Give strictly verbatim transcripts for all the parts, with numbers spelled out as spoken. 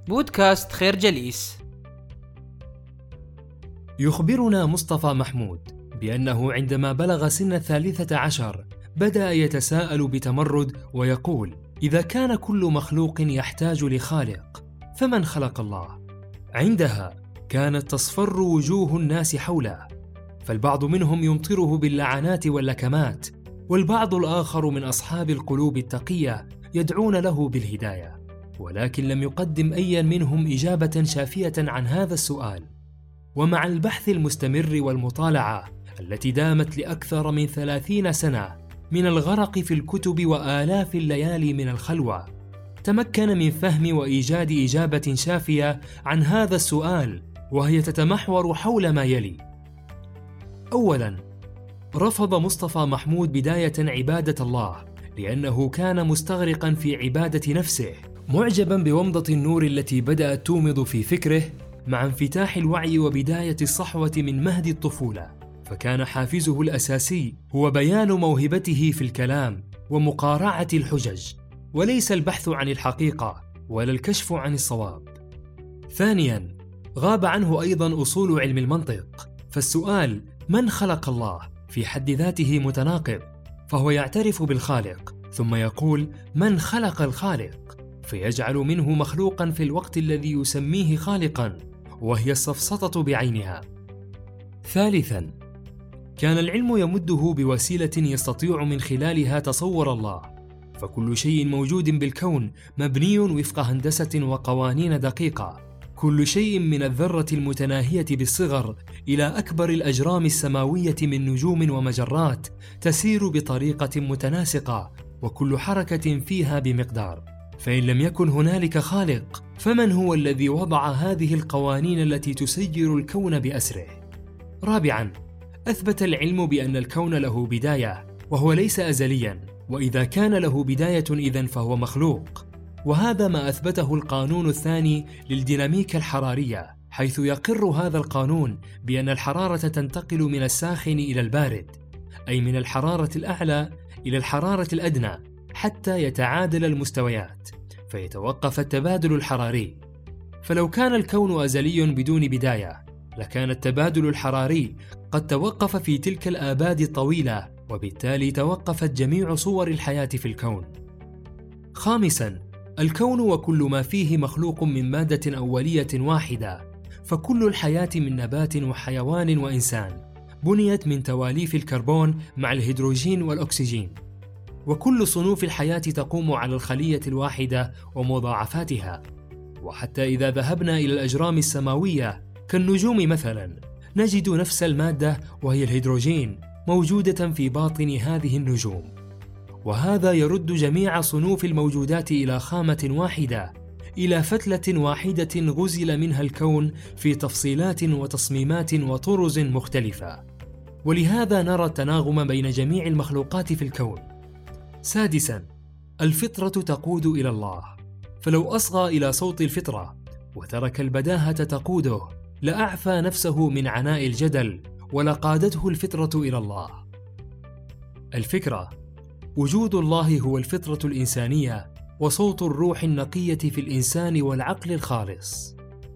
بودكاست خير جليس. يخبرنا مصطفى محمود بأنه عندما بلغ سن الثالثة عشر بدأ يتساءل بتمرد ويقول: إذا كان كل مخلوق يحتاج لخالق فمن خلق الله؟ عندها كانت تصفر وجوه الناس حوله، فالبعض منهم يمطره باللعنات واللكمات، والبعض الآخر من أصحاب القلوب التقية يدعون له بالهداية، ولكن لم يقدم أي منهم إجابة شافية عن هذا السؤال. ومع البحث المستمر والمطالعة التي دامت لأكثر من ثلاثين سنة من الغرق في الكتب وآلاف الليالي من الخلوة، تمكن من فهم وإيجاد إجابة شافية عن هذا السؤال، وهي تتمحور حول ما يلي. أولاً، رفض مصطفى محمود بداية عبادة الله لأنه كان مستغرقاً في عبادة نفسه، معجباً بومضة النور التي بدأت تومض في فكره مع انفتاح الوعي وبداية الصحوة من مهد الطفولة، فكان حافزه الأساسي هو بيان موهبته في الكلام ومقارعة الحجج، وليس البحث عن الحقيقة ولا الكشف عن الصواب. ثانياً، غاب عنه أيضاً أصول علم المنطق، فالسؤال من خلق الله في حد ذاته متناقض، فهو يعترف بالخالق ثم يقول من خلق الخالق، فيجعل منه مخلوقاً في الوقت الذي يسميه خالقاً، وهي السفسطة بعينها. ثالثاً، كان العلم يمده بوسيلة يستطيع من خلالها تصور الله، فكل شيء موجود بالكون مبني وفق هندسة وقوانين دقيقة، كل شيء من الذرة المتناهية بالصغر إلى أكبر الأجرام السماوية من نجوم ومجرات تسير بطريقة متناسقة، وكل حركة فيها بمقدار. فإن لم يكن هنالك خالق، فمن هو الذي وضع هذه القوانين التي تسير الكون بأسره؟ رابعاً، أثبت العلم بأن الكون له بداية وهو ليس أزلياً، وإذا كان له بداية إذن فهو مخلوق، وهذا ما أثبته القانون الثاني للديناميكا الحرارية، حيث يقر هذا القانون بأن الحرارة تنتقل من الساخن إلى البارد، أي من الحرارة الأعلى إلى الحرارة الأدنى حتى يتعادل المستويات، فيتوقف التبادل الحراري. فلو كان الكون أزلي بدون بداية، لكان التبادل الحراري قد توقف في تلك الآباد الطويلة، وبالتالي توقفت جميع صور الحياة في الكون. خامساً، الكون وكل ما فيه مخلوق من مادة أولية واحدة، فكل الحياة من نبات وحيوان وإنسان بنيت من تواليف الكربون مع الهيدروجين والأكسجين، وكل صنوف الحياة تقوم على الخلية الواحدة ومضاعفاتها. وحتى إذا ذهبنا إلى الأجرام السماوية كالنجوم مثلا، نجد نفس المادة وهي الهيدروجين موجودة في باطن هذه النجوم، وهذا يرد جميع صنوف الموجودات إلى خامة واحدة، إلى فتلة واحدة غزل منها الكون في تفصيلات وتصميمات وطرز مختلفة، ولهذا نرى التناغم بين جميع المخلوقات في الكون. سادساً، الفطرة تقود إلى الله، فلو أصغى إلى صوت الفطرة وترك البداهة تقوده لأعفى نفسه من عناء الجدل، ولقادته الفطرة إلى الله. الفكرة: وجود الله هو الفطرة الإنسانية وصوت الروح النقية في الإنسان والعقل الخالص.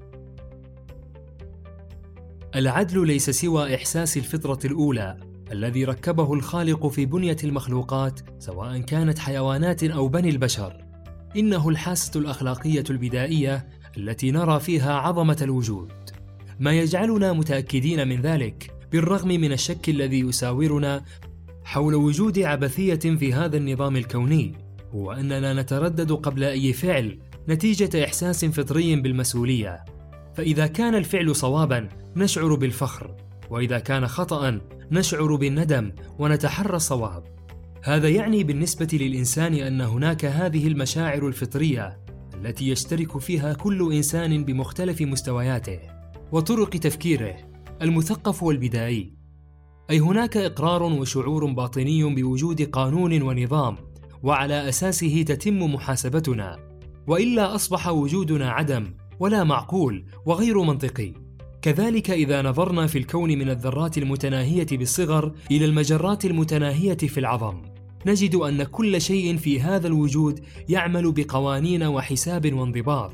العدل ليس سوى إحساس الفطرة الأولى الذي ركبه الخالق في بنية المخلوقات، سواء كانت حيوانات أو بني البشر. إنه الحاسة الأخلاقية البدائية التي نرى فيها عظمة الوجود، ما يجعلنا متأكدين من ذلك بالرغم من الشك الذي يساورنا حول وجود عبثية في هذا النظام الكوني، هو أننا نتردد قبل أي فعل نتيجة إحساس فطري بالمسؤولية، فإذا كان الفعل صواباً نشعر بالفخر، وإذا كان خطأ نشعر بالندم ونتحرى الصواب. هذا يعني بالنسبة للإنسان أن هناك هذه المشاعر الفطرية التي يشترك فيها كل إنسان بمختلف مستوياته وطرق تفكيره المثقف والبدائي، أي هناك إقرار وشعور باطني بوجود قانون ونظام، وعلى أساسه تتم محاسبتنا، وإلا أصبح وجودنا عدم ولا معقول وغير منطقي. كذلك إذا نظرنا في الكون من الذرات المتناهية بالصغر إلى المجرات المتناهية في العظم، نجد أن كل شيء في هذا الوجود يعمل بقوانين وحساب وانضباط،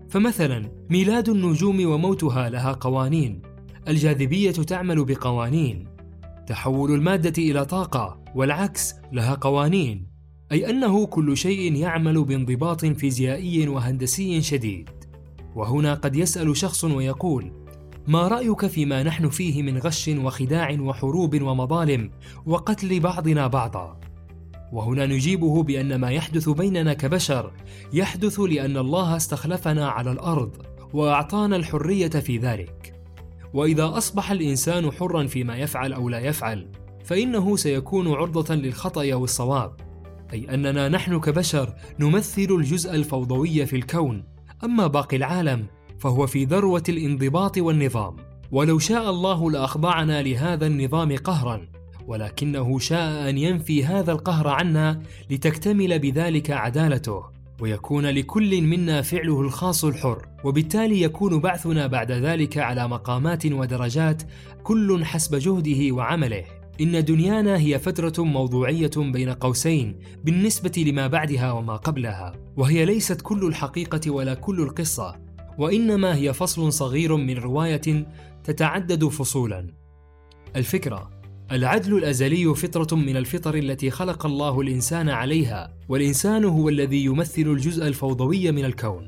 فمثلا ميلاد النجوم وموتها لها قوانين، الجاذبية تعمل بقوانين، تحول المادة إلى طاقة والعكس لها قوانين، أي أنه كل شيء يعمل بانضباط فيزيائي وهندسي شديد. وهنا قد يسأل شخص ويقول: ما رأيك فيما نحن فيه من غش وخداع وحروب ومظالم وقتل بعضنا بعضا؟ وهنا نجيبه بأن ما يحدث بيننا كبشر يحدث لأن الله استخلفنا على الأرض وأعطانا الحرية في ذلك. وإذا أصبح الإنسان حرا فيما يفعل أو لا يفعل، فإنه سيكون عرضة للخطأ والصواب، أي أننا نحن كبشر نمثل الجزء الفوضوي في الكون، أما باقي العالم فهو في ذروة الانضباط والنظام. ولو شاء الله لأخضعنا لهذا النظام قهرا، ولكنه شاء أن ينفي هذا القهر عنا لتكتمل بذلك عدالته، ويكون لكل منا فعله الخاص الحر، وبالتالي يكون بعثنا بعد ذلك على مقامات ودرجات كل حسب جهده وعمله. إن دنيانا هي فترة موضوعية بين قوسين بالنسبة لما بعدها وما قبلها، وهي ليست كل الحقيقة ولا كل القصة، وإنما هي فصل صغير من رواية تتعدد فصولا. الفكرة: العدل الأزلي فطرة من الفطر التي خلق الله الإنسان عليها، والإنسان هو الذي يمثل الجزء الفوضوي من الكون.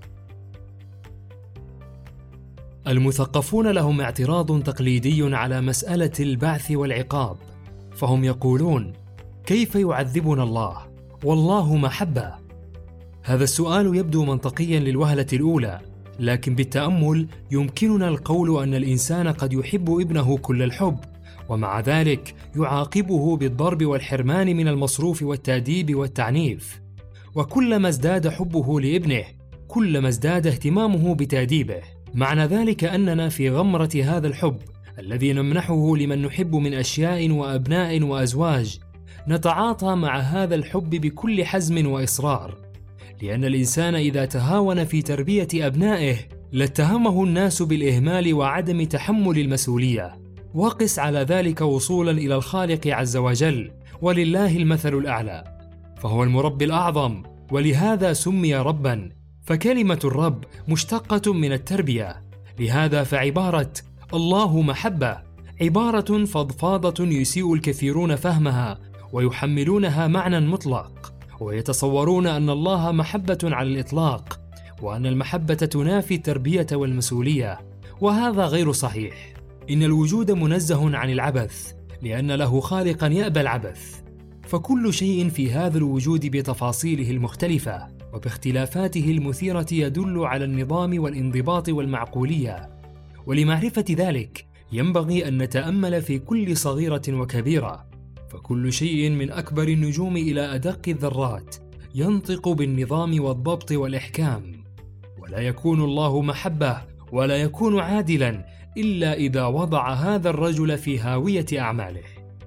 المثقفون لهم اعتراض تقليدي على مسألة البعث والعقاب، فهم يقولون: كيف يعذبنا الله والله محبة؟ هذا السؤال يبدو منطقيا للوهلة الأولى، لكن بالتأمل يمكننا القول أن الإنسان قد يحب ابنه كل الحب، ومع ذلك يعاقبه بالضرب والحرمان من المصروف والتأديب والتعنيف. وكلما ازداد حبه لابنه كلما ازداد اهتمامه بتأديبه. معنى ذلك أننا في غمرة هذا الحب الذي نمنحه لمن نحب من أشياء وأبناء وأزواج، نتعاطى مع هذا الحب بكل حزم وإصرار، لأن الإنسان إذا تهاون في تربية أبنائه لاتهمه الناس بالإهمال وعدم تحمل المسؤولية. وقس على ذلك وصولا إلى الخالق عز وجل، ولله المثل الأعلى، فهو المربي الأعظم، ولهذا سمي ربا، فكلمة الرب مشتقة من التربية. لهذا فعبارة الله محبة عبارة فضفاضة يسيء الكثيرون فهمها ويحملونها معنى مطلق، ويتصورون أن الله محبة على الإطلاق، وأن المحبة تنافي التربية والمسؤولية، وهذا غير صحيح. إن الوجود منزه عن العبث، لأن له خالقا يأبى العبث، فكل شيء في هذا الوجود بتفاصيله المختلفة وباختلافاته المثيرة يدل على النظام والانضباط والمعقولية. ولمعرفة ذلك ينبغي أن نتأمل في كل صغيرة وكبيرة، فكل شيء من أكبر النجوم إلى أدق الذرات ينطق بالنظام والضبط والإحكام. ولا يكون الله محبة ولا يكون عادلا إلا إذا وضع هذا الرجل في هاوية أعماله.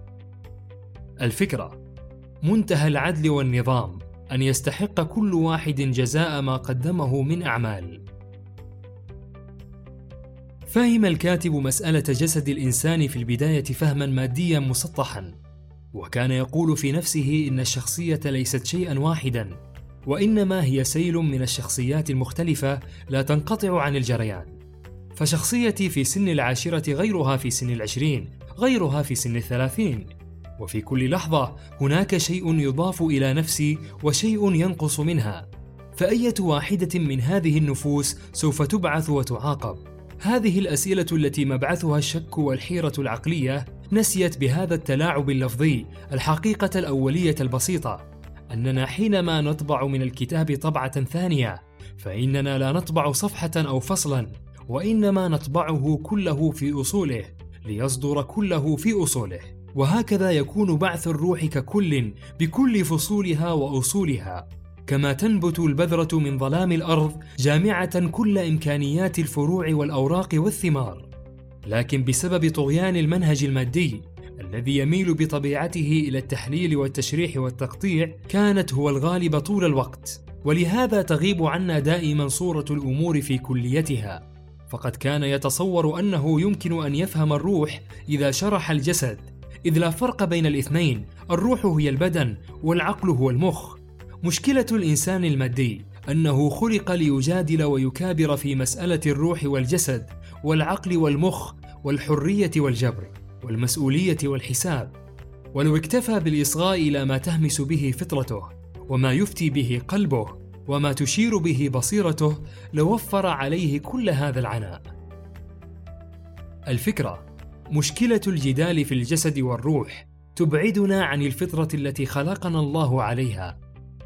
الفكرة: منتهى العدل والنظام أن يستحق كل واحد جزاء ما قدمه من أعمال. فهم الكاتب مسألة جسد الإنسان في البداية فهما ماديا مسطحا، وكان يقول في نفسه إن الشخصية ليست شيئا واحدا، وإنما هي سيل من الشخصيات المختلفة لا تنقطع عن الجريان. فشخصيتي في سن العاشرة غيرها في سن العشرين، غيرها في سن الثلاثين، وفي كل لحظة هناك شيء يضاف إلى نفسي وشيء ينقص منها، فأية واحدة من هذه النفوس سوف تبعث وتعاقب؟ هذه الأسئلة التي مبعثها الشك والحيرة العقلية نسيت بهذا التلاعب اللفظي الحقيقة الأولية البسيطة، أننا حينما نطبع من الكتاب طبعة ثانية فإننا لا نطبع صفحة أو فصلا، وإنما نطبعه كله في أصوله ليصدر كله في أصوله. وهكذا يكون بعث الروح ككل بكل فصولها وأصولها، كما تنبت البذرة من ظلام الأرض جامعة كل إمكانيات الفروع والأوراق والثمار. لكن بسبب طغيان المنهج المادي الذي يميل بطبيعته إلى التحليل والتشريح والتقطيع كانت هو الغالب طول الوقت، ولهذا تغيب عنا دائما صورة الأمور في كليتها. فقد كان يتصور أنه يمكن أن يفهم الروح إذا شرح الجسد، إذ لا فرق بين الاثنين، الروح هي البدن والعقل هو المخ. مشكلة الإنسان المادي أنه خلق ليجادل ويكابر في مسألة الروح والجسد والعقل والمخ والحرية والجبر والمسؤولية والحساب. ولو اكتفى بالإصغاء إلى ما تهمس به فطرته وما يفتي به قلبه وما تشير به بصيرته لوفر عليه كل هذا العناء. الفكرة: مشكلة الجدال في الجسد والروح تبعدنا عن الفطرة التي خلقنا الله عليها.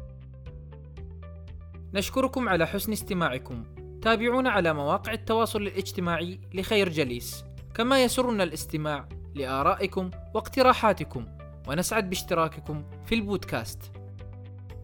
نشكركم على حسن استماعكم. تابعونا على مواقع التواصل الاجتماعي لخير جليس، كما يسرنا الاستماع لآرائكم واقتراحاتكم، ونسعد باشتراككم في البودكاست.